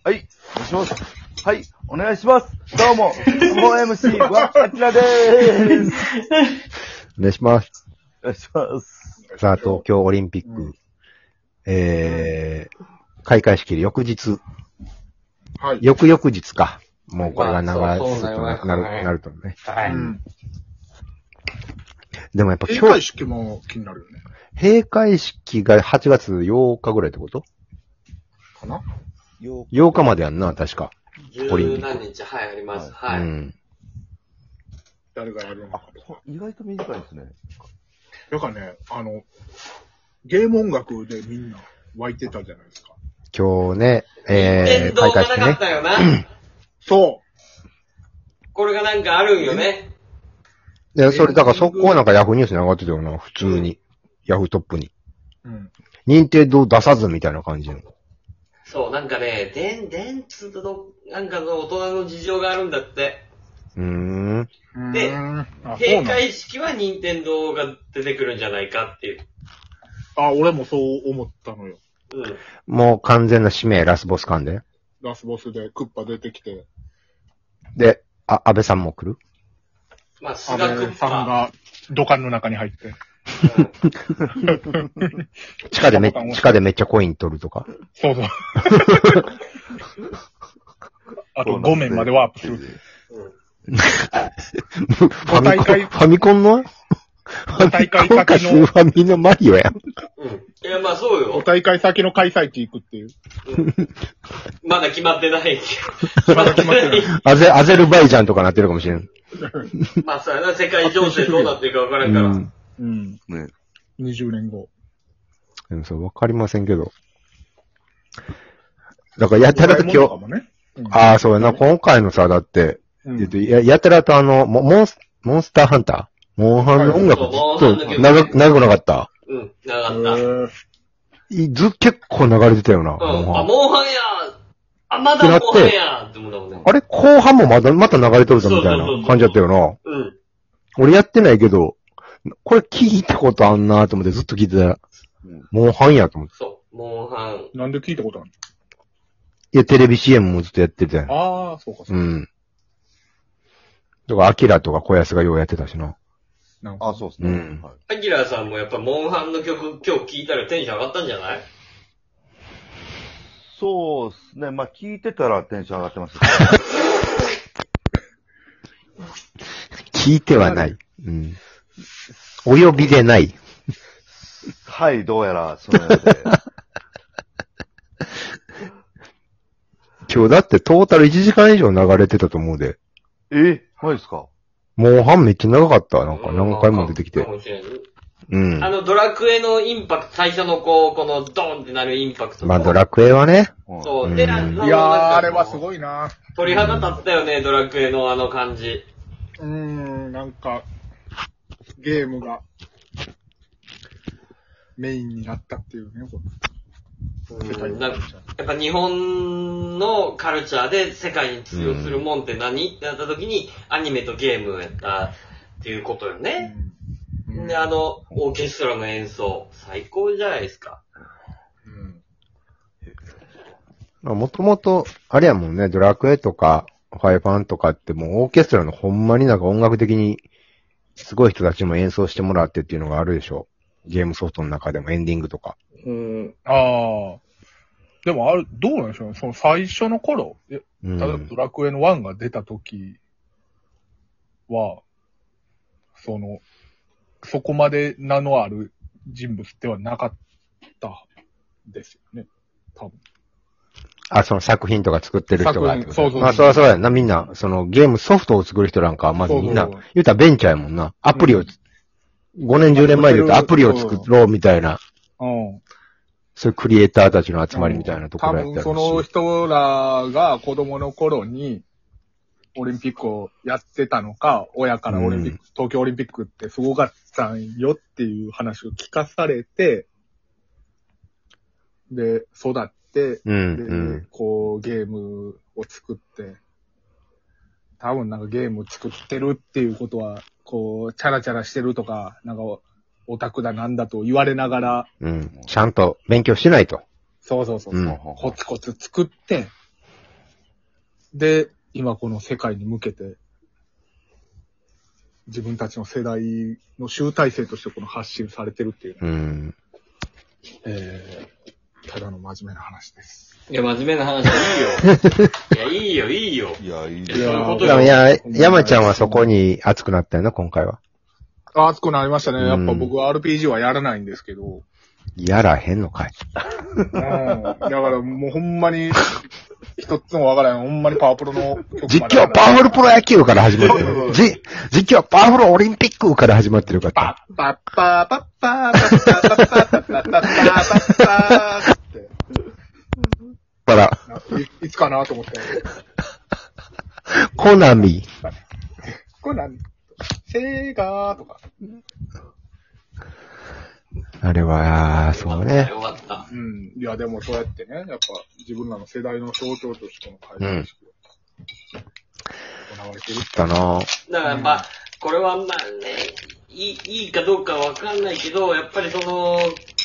はい、お願いします。はい、お願いします。どうも、4MC はあきらでーす。 お願いします。 お願いします。 さあ、東京オリンピック、開会式翌日、 はい。 翌々日か。もうこれが長い、 そうなるとね。 はい。 でもやっぱ閉会式も気になるよね。 閉会式が8月8日ぐらいってことかな ?8 日までやんな、確か。 十何日、はい、あります。はい。 誰がやるのか。 意外と短いですね。 だからね、ゲーム音楽でみんな湧いてたじゃないですか。 今日ね、 開会式なかったよな。 そう。 これがなんかあるんよね。 いや、それ、だからそこはなんかヤフーニュースに上がってたよな、普通に。ヤフートップに。任天堂出さずみたいな感じの。 そう、なんかね、電通となんかの大人の事情があるんだって。で、閉会式は任天堂が出てくるんじゃないかっていう。 あ、俺もそう思ったのよ。 もう完全な使命、ラスボス感で。 ラスボスでクッパ出てきて。 で、安倍さんも来る？ まあ、 安倍さんが土管の中に入って。 地下でめっちゃコイン取るとか。 そうそう。あと5面までワープする。 ファミコンの大会先の。スーファミのマリオやん。 いや、まあそうよ。 お大会先の開催地行くっていう。 まだ決まってない。 まだ決まってない。 アゼルバイジャンとかなってるかもしれん。 まあそうやな、世界情勢どうなってるかわからんから。 ね。20年後。 でもそう、わかりませんけど。だからやたらと今日、そうやな、今回のさ、だって、やたらとモンスターハンターモンハンの音楽ずっと長くなかった？ 長かった。 結構流れてたよな。 モンハンやまだモンハンやって思ったもんね。 あれ後半もまた流れとるぞみたいな感じだったよな。俺やってないけど、これ聞いたことあんなと思ってずっと聞いてた。モンハンやと思って。 そう、モンハン。 なんで聞いたことあるの？ いや、テレビ CM もずっとやってて。 ああ、そうかそうか。 だから、アキラとか小安がようやってたしな。 あ、そうですね。 アキラさんもやっぱモンハンの曲今日聴いたらテンション上がったんじゃない？ そうですね。まあ、聞いてたらテンション上がってます。 聞いてはない。お呼びでない。 はい、どうやら、そのようで。 今日だってトータル1時間以上流れてたと思うで。 マジですか？ モンハンめっちゃ長かった。なんか何回も出てきて。 ドラクエのインパクト、最初のこのドーンってなるインパクト。 まあドラクエはね。 そう。で、 いやー、あれはすごいな。 鳥肌立ったよね、ドラクエのあの感じ。 なんか、ゲームがメインになったっていうね。 やっぱ日本のカルチャーで世界に通用するもんって何ってなった時にアニメとゲームやったっていうことよね。で、オーケストラの演奏、最高じゃないですか。 もともと、あれやもんね、ドラクエとか、ファイファンとかってもうオーケストラのほんまになんか音楽的にすごい人たちも演奏してもらってっていうのがあるでしょ。ゲームソフトの中でもエンディングとか。 でもどうなんでしょうね。その最初の頃、例えばドラクエの1が出た時は、そこまで名のある人物ではなかったですよね。多分。 その作品とか作ってる人が。 そう。 まあ、そうやな。みんな、ゲームソフトを作る人なんか、まずみんな、言うたらベンチャーやもんな。アプリを、5年10年前で言うとアプリを作ろうみたいな。そういうクリエイターたちの集まりみたいなところやったり多分その人らが子供の頃にオリンピックをやってたのか、親から東京オリンピックってすごかったんよっていう話を聞かされて、で、育って、で、こうゲームを作って、多分なんかゲームを作ってるっていうことは、こう、チャラチャラしてるとか、なんか、オタクだなんだと言われながら、 ちゃんと勉強しないと。 そう。コツコツ作って、 で、今この世界に向けて、自分たちの世代の集大成としてこの発信されてるっていう、 うん。 ただの真面目な話です。 いや、真面目な話はいいよ。いいよ。 いや、いいそういうことでもよ。 山ちゃんはそこに熱くなったよな、今回は。 熱くなりましたね。やっぱ僕は RPG はやらないんですけど。 やらへんのかい。 うん。だからもうほんまに、一つもわからん。ほんまにパワープロの曲実況パワフルプロ野球から始まってる。実況パワフルオリンピックから始まってるから。 パッパーパッパーパッパーパッパーパッパーパッパーパッパーって。 ほら。 いつかなと思って。 コナミ。 コナミ。セーガーとか。 あれは、そうね。 よかった。 うん。いや、でもそうやってね、やっぱ自分らの世代の象徴としての開催式が行われてるだなだからまあ、これはまあね、いいかどうかわかんないけど、やっぱりその、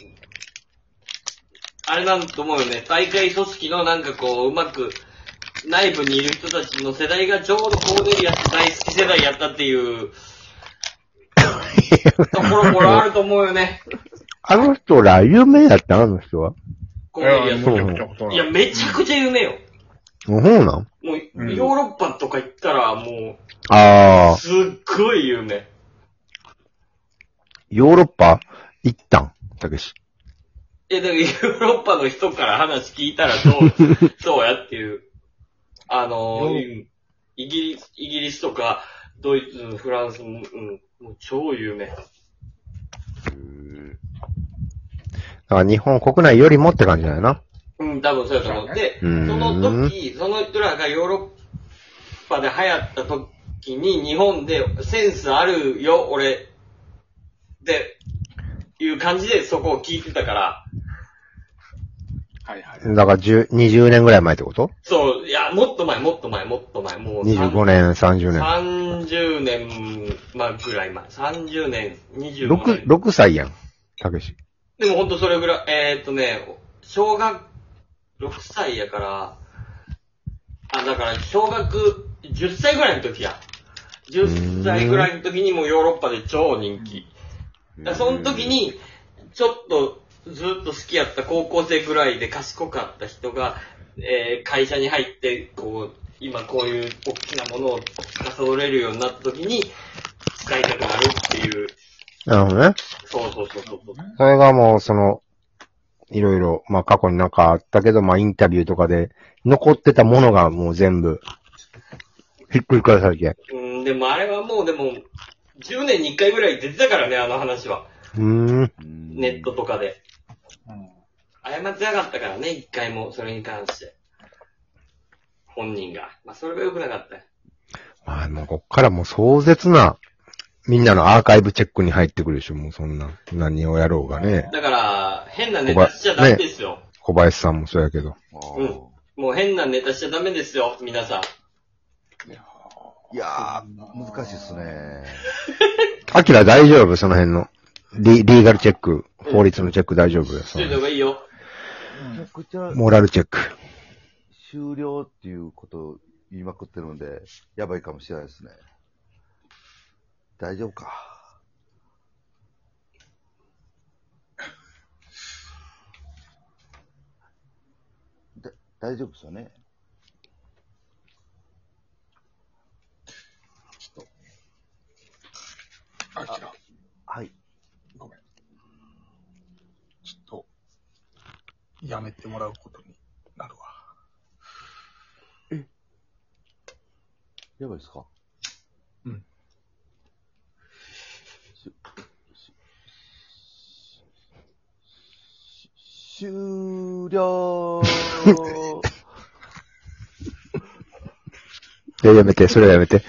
あれなんと思うよね。大会組織のなんかこう、うまく、内部にいる人たちの世代がちょうどコーネリアス大好き世代やったっていう、ところもあると思うよね。 あの人ら、有名やったあの人は。 コーネリアス。いや、めちゃくちゃ有名よ。 そうなんもう、ヨーロッパとか行ったらもう、すっごい有名。 ヨーロッパ行ったんたけし。 だからヨーロッパの人から話聞いたらそうやっていう。イギリスとか、ドイツ、フランスも、もう超有名。 日本国内よりもって感じだよな。 多分そうやと思って、その時、その人らがヨーロッパで流行った時に、日本でセンスあるよ、俺、っていう感じでそこを聞いてたから。 はいはい。 だから20年ぐらい前ってこと？ そう、いや、もっと前。もう 25年、30年。 30年、ぐらい前。30年、25年。 6歳やん、たけし。 でもほんとそれぐらい、小学6歳やから、だから小学10歳ぐらいの時や。10歳ぐらいの時にもうヨーロッパで超人気。その時に、ちょっとずっと好きやった高校生ぐらいで賢かった人が、会社に入って、こう、今こういう大きなものを司れるようになった時に、使いたくなるっていう。 なるほどね。 そう。 それがもう、いろいろ、過去になんかあったけど、インタビューとかで、残ってたものがもう全部、ひっくり返されて。 でもあれはもうでも、10年に1回ぐらい出てたからね、あの話は。ネットとかで。謝ってなかったからね、1回も、それに関して。本人が。それが良くなかったよ。 もうこっからもう壮絶な、みんなのアーカイブチェックに入ってくるでしょ、もうそんな、何をやろうがね。 だから、変なネタしちゃダメですよ。 小林さんもそうやけど。 もう変なネタしちゃダメですよ、皆さん。 いやー、難しいっすね。 アキラ大丈夫その辺の。リーガルチェック、法律のチェック大丈夫しといた方がいいよ。 めちゃくちゃ、 モラルチェック。 終了っていうことを言いまくってるんで、やばいかもしれないですね。大丈夫か。大丈夫ですよね。 ちょっと。 はい。 ごめん。ちょっと、やめてもらうことになるわ。 やばいですか？ うん。 終了やめて、それはやめて。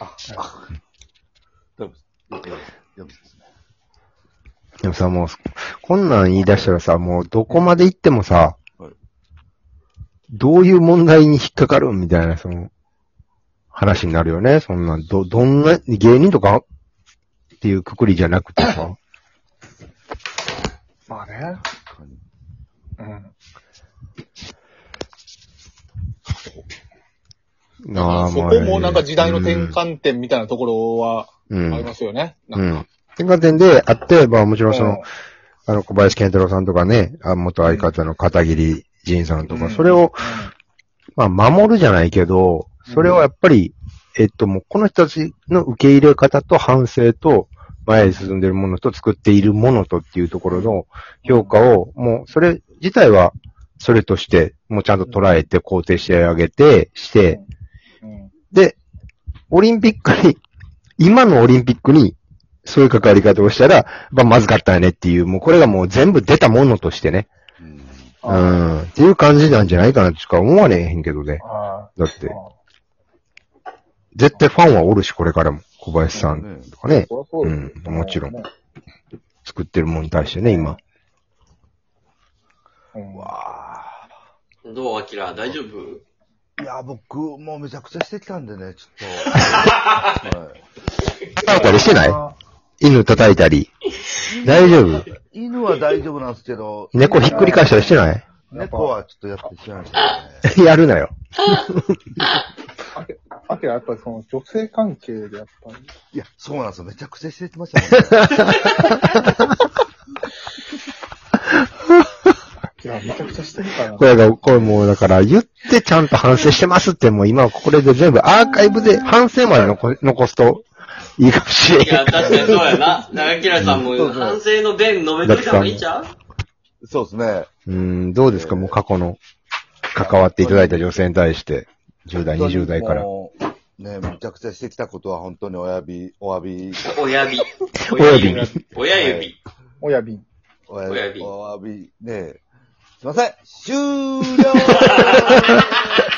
でもさ、もう、こんなん言い出したらさ、もうどこまで行ってもさ、どういう問題に引っかかるみたいな、話になるよね。そんな、どんな、芸人とかっていうくくりじゃなくてさ。 まあね。 そこもなんか時代の転換点みたいなところは、ありますよね。 転換点であって、もちろん小林健太郎さんとかね、元相方の片桐仁さんとか、それを、守るじゃないけど、それをやっぱり、もうこの人たちの受け入れ方と反省と、前に進んでいるものと作っているものとっていうところの評価を、もうそれ自体は、それとして、もうちゃんと捉えて肯定してあげて、で、オリンピックに、今のオリンピックに、そういう関わり方をしたら、まずかったよねっていう、もうこれがもう全部出たものとしてね。っていう感じなんじゃないかなとしか思われへんけどね。だって、絶対ファンはおるし、これからも。小林さんとかね。もちろん。作ってるものに対してね、今。 どう、アキラ、大丈夫？ いや、僕、もうめちゃくちゃしてきたんでね、ちょっと。 叩いたりしてない？犬叩いたり。大丈夫？ 犬は大丈夫なんですけど。 猫ひっくり返したりしてない？ 猫はちょっとやってしまいましたね。やるなよ。 あけやっぱりその女性関係でやっぱり。 いや、そうなんですよ。めちゃくちゃしてきましたもんね。 いや、めちゃくちゃしてるからな。 これもうだから言ってちゃんと反省してますってもう今はこれで全部アーカイブで反省まで残すといいかもしれん。 いや、確かにそうやな。アキラさんも反省の弁述べといた方がいいんちゃう？ そうですね。 どうですかもう過去の関わっていただいた女性に対して。10代、20代から。 ね、めちゃくちゃしてきたことは本当にお詫び。 親指。 ねすいません終了